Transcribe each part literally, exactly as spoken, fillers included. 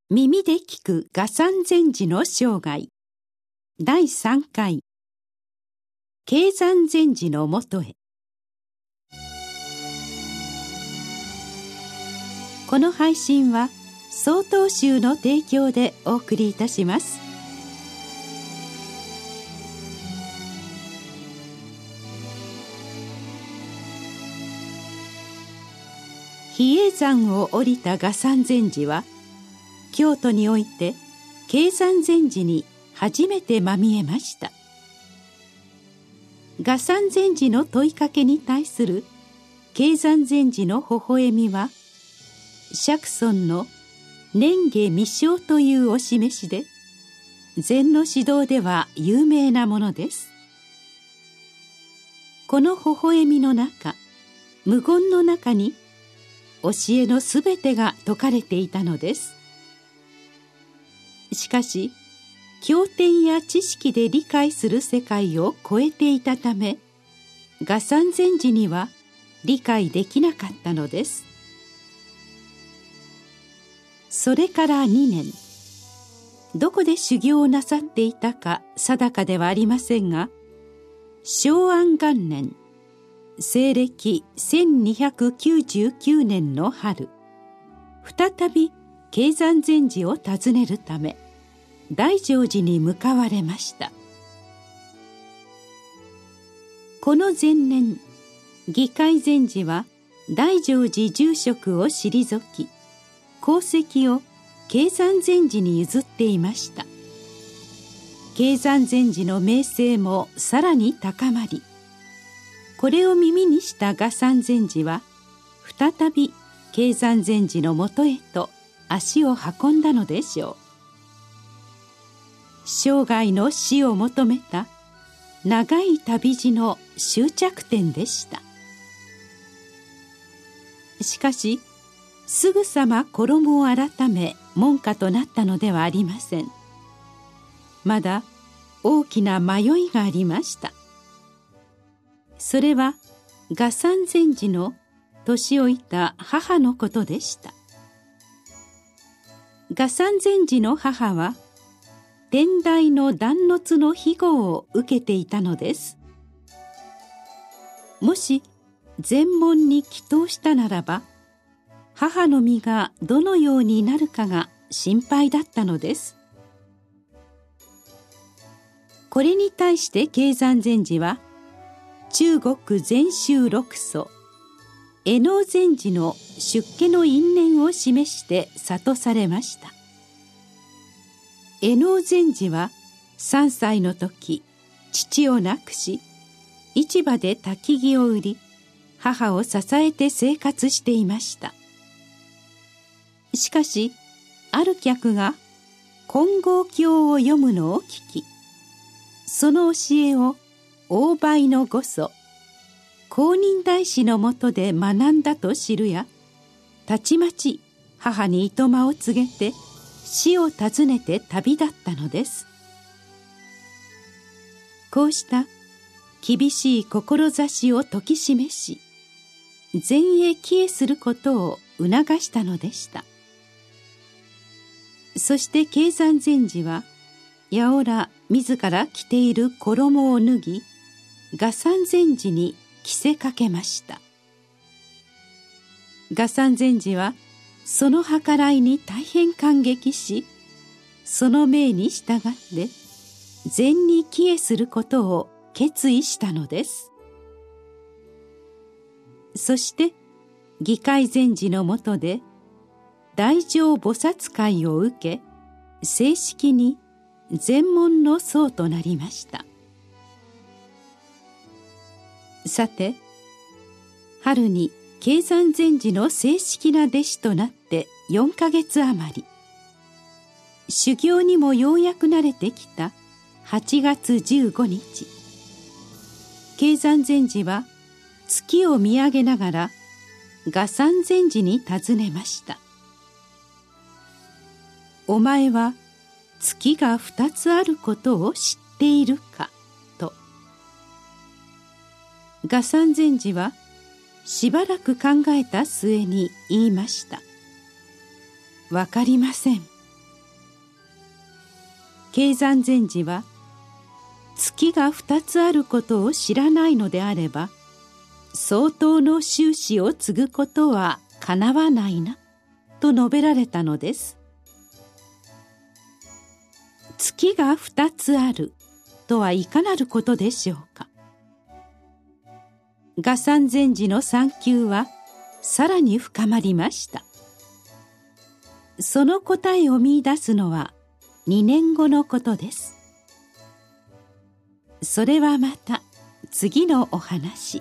耳で聞く画山禅師の生涯だいさんかい、恵山禅師のもとへ。この配信は曹洞宗の提供でお送りいたします。比叡山を降りた画山禅師は、京都において恵山禅師に初めてまみえました。画山禅師の問いかけに対する恵山禅師の微笑みは、釈尊の蓮華未生というお示しで、禅の指導では有名なものです。この微笑みの中、無言の中に教えのすべてが説かれていたのです。しかし、経典や知識で理解する世界を超えていたため、画山禅師には理解できなかったのです。それからにねん、どこで修行をなさっていたか定かではありませんが、正安元年、西暦せんにひゃくきゅうじゅうきゅうねんの春、再び恵山禅師を訪ねるため大乗寺に向かわれました。この前年、義海禅師は大乗寺住職を退き、功績を恵山禅師に譲っていました。恵山禅師の名声もさらに高まり、これを耳にした画山禅師は再び恵山禅師のもとへと足を運んだのでしょう。生涯の死を求めた長い旅路の終着点でした。しかし、すぐさま衣を改め門下となったのではありません。まだ大きな迷いがありました。それは画山禅師の年老いた母のことでした。画山禅師の母は天台の断末の庇護を受けていたのです。もし禅門に帰投したならば、母の身がどのようになるかが心配だったのです。これに対して恵山禅師は、中国禅宗六祖会能禅師の出家の因縁を示して諭されました。会能禅師はさんさいの時、父を亡くし、市場で焚き木を売り、母を支えて生活していました。しかし、ある客が金剛経を読むのを聞き、その教えを大梅の御祖公認大師のもとで学んだと知るや、たちまち母に暇を告げて死を訪ねて旅立ったのです。こうした厳しい志を説き示し、禅へ帰依することを促したのでした。そして恵山禅師は、やおら自ら着ている衣を脱ぎ、画山禅師に着せかけました。画山禅師はその計らいに大変感激し、その命に従って禅に帰依することを決意したのです。そして義海禅師のもとで大乗菩薩会を受け、正式に禅門の僧となりました。さて、春に恵山禅師の正式な弟子となってよんかげつ余り、修行にもようやく慣れてきたはちがつじゅうごにち、恵山禅師は月を見上げながら画山禅師に尋ねました。お前は月が二つあることを知っているかと。画山禅師はしばらく考えた末に言いました。わかりません。 経山禅師は、月が二つあることを知らないのであれば、相当の宗旨を継ぐことはかなわないな、と述べられたのです。月が二つあるとはいかなることでしょうか。画山禅師の参求はさらに深まりました。その答えを見出すのはにねんごのことです。それはまた次のお話。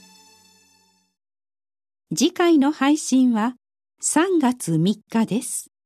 次回の配信はさんがつみっかです。